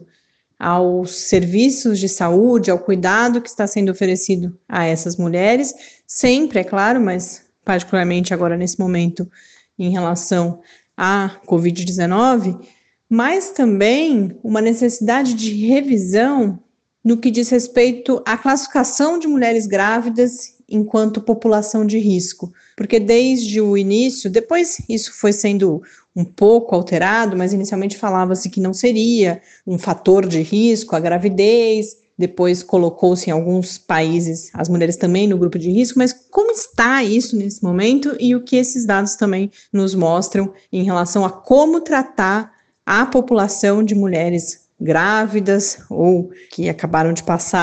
aos serviços de saúde, ao cuidado que está sendo oferecido a essas mulheres, sempre, é claro, mas particularmente agora nesse momento em relação à covid dezenove, mas também uma necessidade de revisão no que diz respeito à classificação de mulheres grávidas enquanto população de risco, porque desde o início, depois isso foi sendo um pouco alterado, mas inicialmente falava-se que não seria um fator de risco a gravidez, depois colocou-se em alguns países as mulheres também no grupo de risco, mas como está isso nesse momento e o que esses dados também nos mostram em relação a como tratar a população de mulheres grávidas ou que acabaram de passar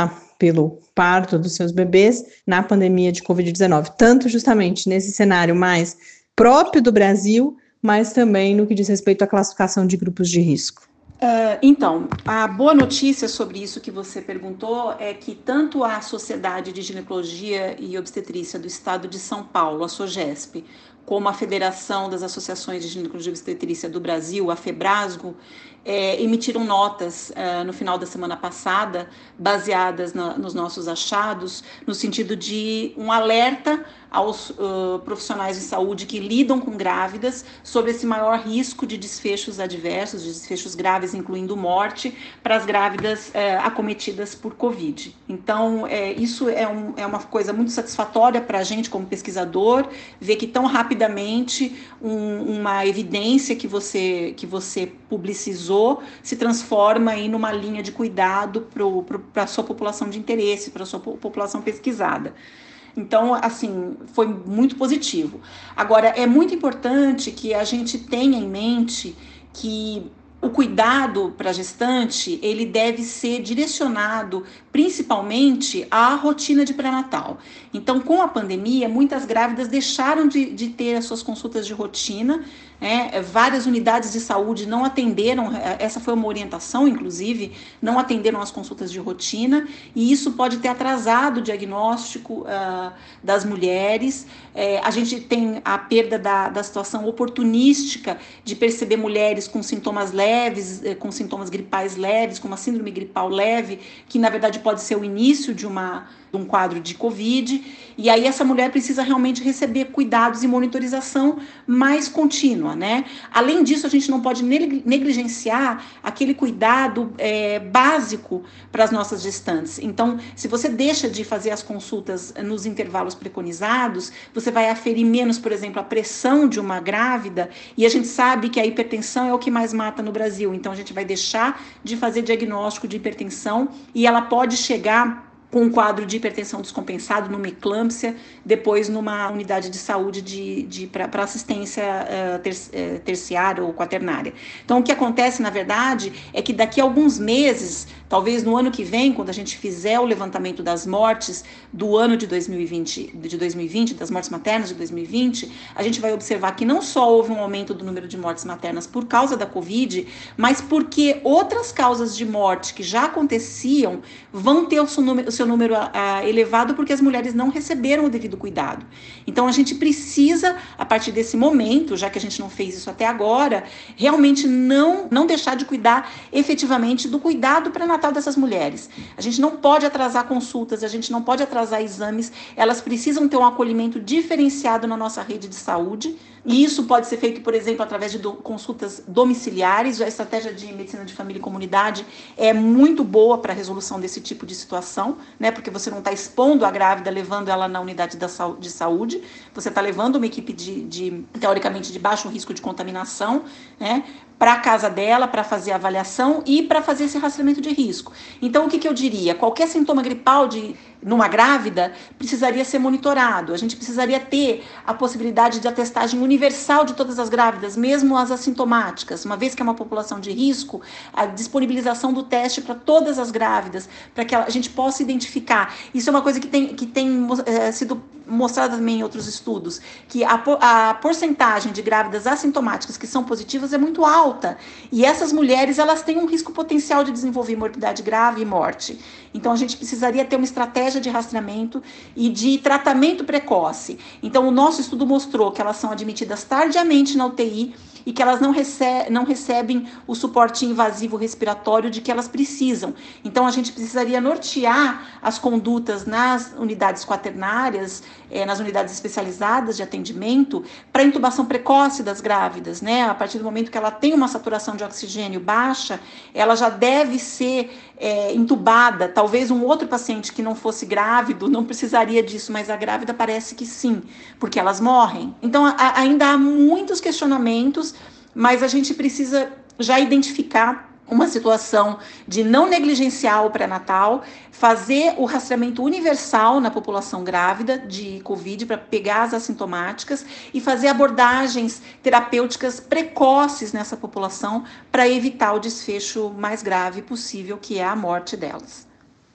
pelo parto dos seus bebês na pandemia de covid dezenove, tanto justamente nesse cenário mais próprio do Brasil, mas também no que diz respeito à classificação de grupos de risco? Uh, então, a boa notícia sobre isso que você perguntou é que tanto a Sociedade de Ginecologia e Obstetrícia do Estado de São Paulo, a SOGESP, como a Federação das Associações de Ginecologia e Obstetrícia do Brasil, a FEBRASGO, é, emitiram notas uh, no final da semana passada, baseadas na, nos nossos achados, no sentido de um alerta aos uh, profissionais de saúde que lidam com grávidas sobre esse maior risco de desfechos adversos, de desfechos graves, incluindo morte, para as grávidas uh, acometidas por Covid. Então, é, isso é, um, é uma coisa muito satisfatória para a gente como pesquisador, ver que tão rapidamente um, uma evidência que você, que você publicizou se transforma aí numa linha de cuidado para a sua população de interesse, para a sua população pesquisada. Então, assim, foi muito positivo. Agora, é muito importante que a gente tenha em mente que o cuidado para a gestante, ele deve ser direcionado principalmente à rotina de pré-natal. Então, com a pandemia, muitas grávidas deixaram de, de ter as suas consultas de rotina, né? Várias unidades de saúde não atenderam, essa foi uma orientação, inclusive, não atenderam as consultas de rotina, e isso pode ter atrasado o diagnóstico uh, das mulheres. É, a gente tem a perda da, da situação oportunística de perceber mulheres com sintomas leves, com sintomas gripais leves, com uma síndrome gripal leve, que na verdade pode ser o início de uma de um quadro de Covid, e aí essa mulher precisa realmente receber cuidados e monitorização mais contínua, né? Além disso, a gente não pode negligenciar aquele cuidado é, básico para as nossas gestantes. Então, se você deixa de fazer as consultas nos intervalos preconizados, você vai aferir menos, por exemplo, a pressão de uma grávida, e a gente sabe que a hipertensão é o que mais mata no Brasil, então a gente vai deixar de fazer diagnóstico de hipertensão, e ela pode chegar com um quadro de hipertensão descompensado, numa eclâmpsia, depois numa unidade de saúde de, de, para assistência uh, ter, uh, terciária ou quaternária. Então, o que acontece, na verdade, é que daqui a alguns meses, talvez no ano que vem, quando a gente fizer o levantamento das mortes do ano de dois mil e vinte, de dois mil e vinte, das mortes maternas de dois mil e vinte, a gente vai observar que não só houve um aumento do número de mortes maternas por causa da Covid, mas porque outras causas de morte que já aconteciam vão ter o seu número, o seu número uh, elevado porque as mulheres não receberam o devido cuidado. Então, a gente precisa, a partir desse momento, já que a gente não fez isso até agora, realmente não, não deixar de cuidar efetivamente do cuidado pré-natal dessas mulheres. A gente não pode atrasar consultas, a gente não pode atrasar exames, elas precisam ter um acolhimento diferenciado na nossa rede de saúde, e isso pode ser feito, por exemplo, através de do, consultas domiciliares. A estratégia de medicina de família e comunidade é muito boa para a resolução desse tipo de situação, né? Porque você não está expondo a grávida, levando ela na unidade da, de saúde, você está levando uma equipe de, de, teoricamente, de baixo risco de contaminação, né, para a casa dela, para fazer a avaliação e para fazer esse rastreamento de risco. Então, o que, que eu diria? Qualquer sintoma gripal de, numa grávida precisaria ser monitorado. A gente precisaria ter a possibilidade de atestagem universal de todas as grávidas, mesmo as assintomáticas. Uma vez que é uma população de risco, a disponibilização do teste para todas as grávidas, para que a gente possa identificar. Isso é uma coisa que tem, que tem é, sido mostrada também em outros estudos, que a, a porcentagem de grávidas assintomáticas que são positivas é muito alta. E essas mulheres, elas têm um risco potencial de desenvolver morbidade grave e morte. Então, a gente precisaria ter uma estratégia de rastreamento e de tratamento precoce. Então, o nosso estudo mostrou que elas são admitidas tardiamente na U T I e que elas não, rece- não recebem o suporte invasivo respiratório de que elas precisam. Então, a gente precisaria nortear as condutas nas unidades quaternárias, eh, nas unidades especializadas de atendimento, para a intubação precoce das grávidas, né? A partir do momento que ela tem uma saturação de oxigênio baixa, ela já deve ser é, intubada. Talvez um outro paciente que não fosse grávido não precisaria disso, mas a grávida parece que sim, porque elas morrem. Então, a, ainda há muitos questionamentos, mas a gente precisa já identificar uma situação de não negligenciar o pré-natal, fazer o rastreamento universal na população grávida de Covid para pegar as assintomáticas e fazer abordagens terapêuticas precoces nessa população para evitar o desfecho mais grave possível, que é a morte delas.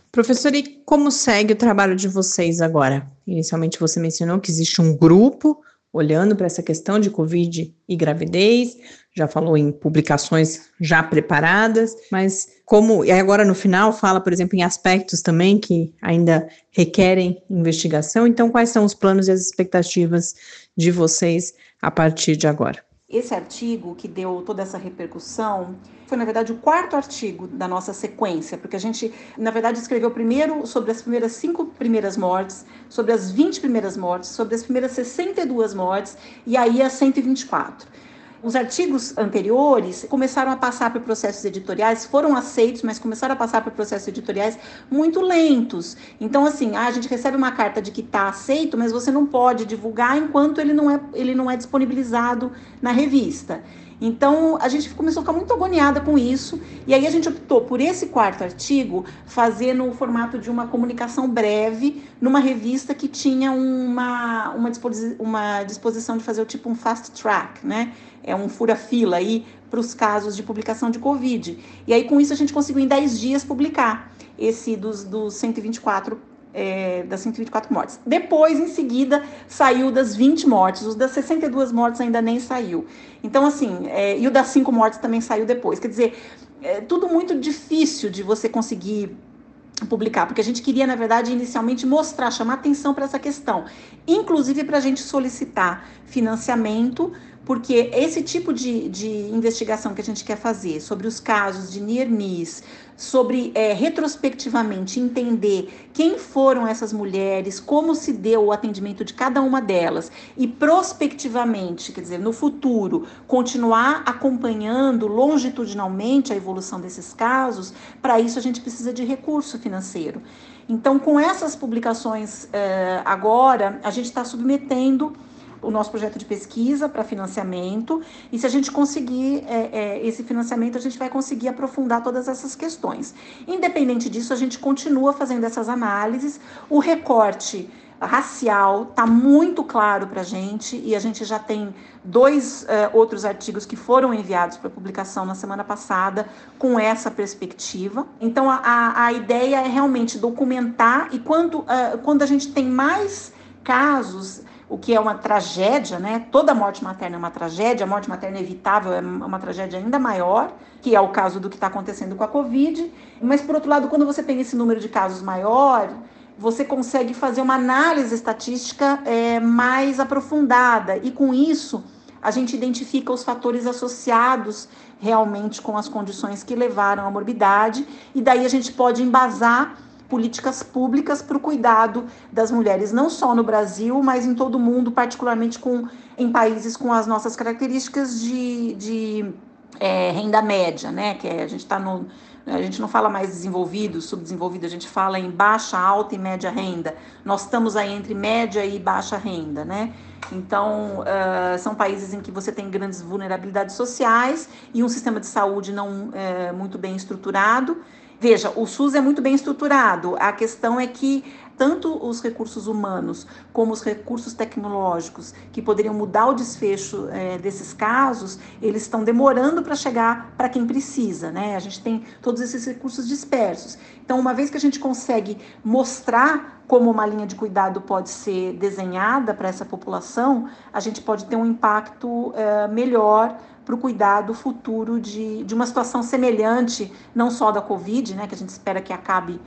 Professor, e como segue o trabalho de vocês agora? Inicialmente você mencionou que existe um grupo olhando para essa questão de Covid e gravidez, já falou em publicações já preparadas, mas como, e agora no final fala, por exemplo, em aspectos também que ainda requerem investigação, então quais são os planos e as expectativas de vocês a partir de agora? Esse artigo que deu toda essa repercussão foi, na verdade, o quarto artigo da nossa sequência, porque a gente, na verdade, escreveu primeiro sobre as primeiras cinco primeiras mortes, sobre as vinte primeiras mortes, sobre as primeiras sessenta e duas mortes e aí as cento e vinte e quatro. Os artigos anteriores começaram a passar por processos editoriais, foram aceitos, mas começaram a passar por processos editoriais muito lentos. Então, assim, a gente recebe uma carta de que está aceito, mas você não pode divulgar enquanto ele não é, ele não é disponibilizado na revista. Então, a gente começou a ficar muito agoniada com isso, e aí a gente optou por esse quarto artigo fazer no formato de uma comunicação breve, numa revista que tinha uma, uma, disposi- uma disposição de fazer o tipo um fast track, né? É um fura-fila aí para os casos de publicação de Covid. E aí, com isso, a gente conseguiu em dez dias publicar esse dos, dos cento e vinte e quatro É, das cento e vinte e quatro mortes. Depois, em seguida, saiu das vinte mortes. Os das sessenta e duas mortes ainda nem saiu. Então, assim, é, e o das cinco mortes também saiu depois. Quer dizer, é tudo muito difícil de você conseguir publicar, porque a gente queria, na verdade, inicialmente mostrar, chamar atenção para essa questão, inclusive para a gente solicitar financiamento, porque esse tipo de, de investigação que a gente quer fazer sobre os casos de near miss, sobre é, retrospectivamente entender quem foram essas mulheres, como se deu o atendimento de cada uma delas e prospectivamente, quer dizer, no futuro, continuar acompanhando longitudinalmente a evolução desses casos, para isso a gente precisa de recurso financeiro. Então, com essas publicações eh, agora, a gente está submetendo o nosso projeto de pesquisa para financiamento, e se a gente conseguir é, é, esse financiamento, a gente vai conseguir aprofundar todas essas questões. Independente disso, a gente continua fazendo essas análises, o recorte racial está muito claro para a gente, e a gente já tem dois uh, outros artigos que foram enviados para publicação na semana passada com essa perspectiva. Então, a, a, a ideia é realmente documentar, e quando, uh, quando a gente tem mais casos, o que é uma tragédia, né? Toda morte materna é uma tragédia, a morte materna evitável é uma tragédia ainda maior, que é o caso do que está acontecendo com a Covid. Mas, por outro lado, quando você tem esse número de casos maior, você consegue fazer uma análise estatística é, mais aprofundada, e com isso a gente identifica os fatores associados realmente com as condições que levaram à morbidade, e daí a gente pode embasar políticas públicas para o cuidado das mulheres, não só no Brasil, mas em todo o mundo, particularmente com, em países com as nossas características de, de é, renda média, né? Que é, a gente está no... A gente não fala mais desenvolvido, subdesenvolvido, a gente fala em baixa, alta e média renda. Nós estamos aí entre média e baixa renda, né? Então, uh, são países em que você tem grandes vulnerabilidades sociais e um sistema de saúde não é, muito bem estruturado. Veja, o SUS é muito bem estruturado, a questão é que tanto os recursos humanos como os recursos tecnológicos que poderiam mudar o desfecho é, desses casos, eles estão demorando para chegar para quem precisa, né? A gente tem todos esses recursos dispersos. Então, uma vez que a gente consegue mostrar como uma linha de cuidado pode ser desenhada para essa população, a gente pode ter um impacto é, melhor para o cuidado futuro de, de uma situação semelhante, não só da Covid, né, que a gente espera que acabe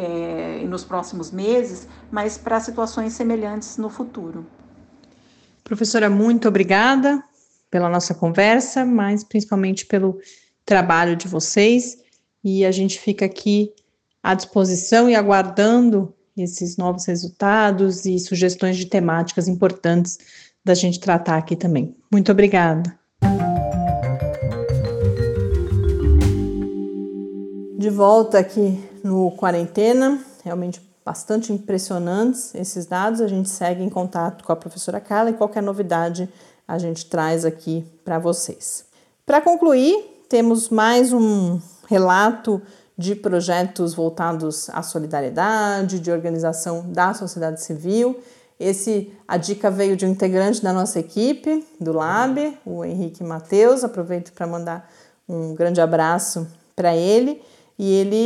é, nos próximos meses, mas para situações semelhantes no futuro. Professora, muito obrigada pela nossa conversa, mas principalmente pelo trabalho de vocês, e a gente fica aqui à disposição e aguardando esses novos resultados e sugestões de temáticas importantes da gente tratar aqui também. Muito obrigada. De volta aqui no Quarentena, realmente bastante impressionantes esses dados. A gente segue em contato com a professora Carla e qualquer novidade a gente traz aqui para vocês. Para concluir, temos mais um relato de projetos voltados à solidariedade, de organização da sociedade civil. Esse, a dica veio de um integrante da nossa equipe, do Lab, o Henrique Matheus. Aproveito para mandar um grande abraço para ele. E ele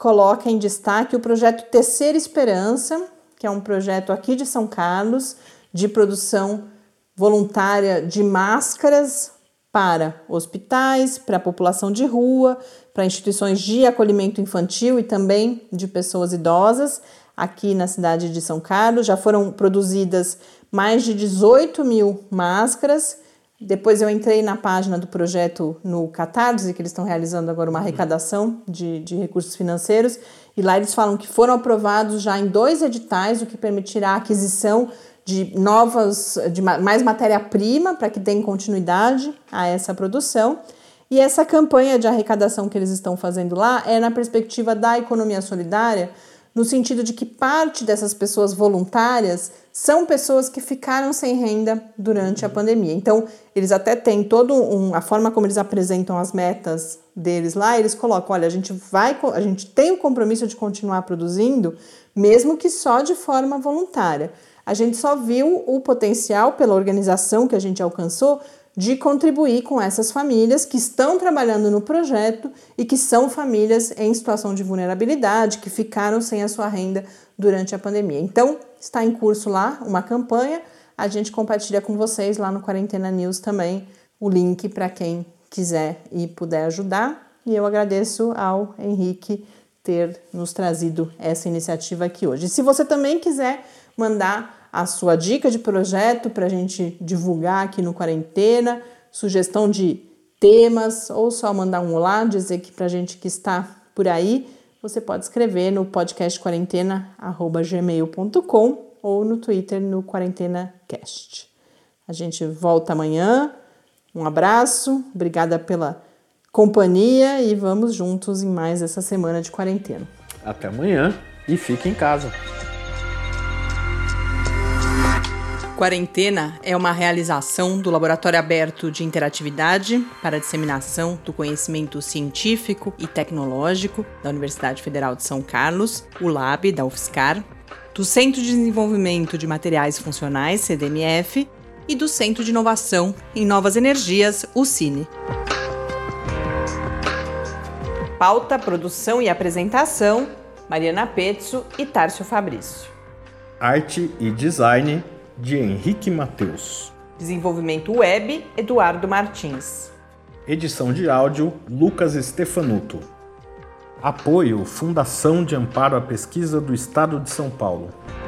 coloca em destaque o projeto Tecer Esperança, que é um projeto aqui de São Carlos, de produção voluntária de máscaras para hospitais, para a população de rua, para instituições de acolhimento infantil e também de pessoas idosas, aqui na cidade de São Carlos. Já foram produzidas mais de dezoito mil máscaras. Depois eu entrei na página do projeto no Catarse, que eles estão realizando agora uma arrecadação de, de recursos financeiros, e lá eles falam que foram aprovados já em dois editais, o que permitirá a aquisição de novas, de mais matéria-prima para que deem continuidade a essa produção. E essa campanha de arrecadação que eles estão fazendo lá é na perspectiva da economia solidária, no sentido de que parte dessas pessoas voluntárias são pessoas que ficaram sem renda durante a pandemia. Então, eles até têm todo um, a forma como eles apresentam as metas deles lá, eles colocam, olha, a gente vai, a gente tem o compromisso de continuar produzindo, mesmo que só de forma voluntária. A gente só viu o potencial pela organização que a gente alcançou de contribuir com essas famílias que estão trabalhando no projeto e que são famílias em situação de vulnerabilidade, que ficaram sem a sua renda durante a pandemia. Então, está em curso lá uma campanha, a gente compartilha com vocês lá no Quarentena News também o link para quem quiser e puder ajudar. E eu agradeço ao Henrique ter nos trazido essa iniciativa aqui hoje. E se você também quiser mandar a sua dica de projeto para a gente divulgar aqui no Quarentena, sugestão de temas, ou só mandar um olá, dizer que para a gente que está por aí, você pode escrever no podcast quarentena arroba gmail ponto com ou no Twitter no QuarentenaCast. A gente volta amanhã. Um abraço, obrigada pela companhia e vamos juntos em mais essa semana de quarentena. Até amanhã e fique em casa. Quarentena é uma realização do Laboratório Aberto de Interatividade para a Disseminação do Conhecimento Científico e Tecnológico da Universidade Federal de São Carlos, o Lab da UFSCar, do Centro de Desenvolvimento de Materiais Funcionais, C D M F, e do Centro de Inovação em Novas Energias, o Cine. Pauta, produção e apresentação, Mariana Pezzo e Tárcio Fabrício. Arte e design de Henrique Mateus. Desenvolvimento web, Eduardo Martins. Edição de áudio, Lucas Stefanuto. Apoio, Fundação de Amparo à Pesquisa do Estado de São Paulo.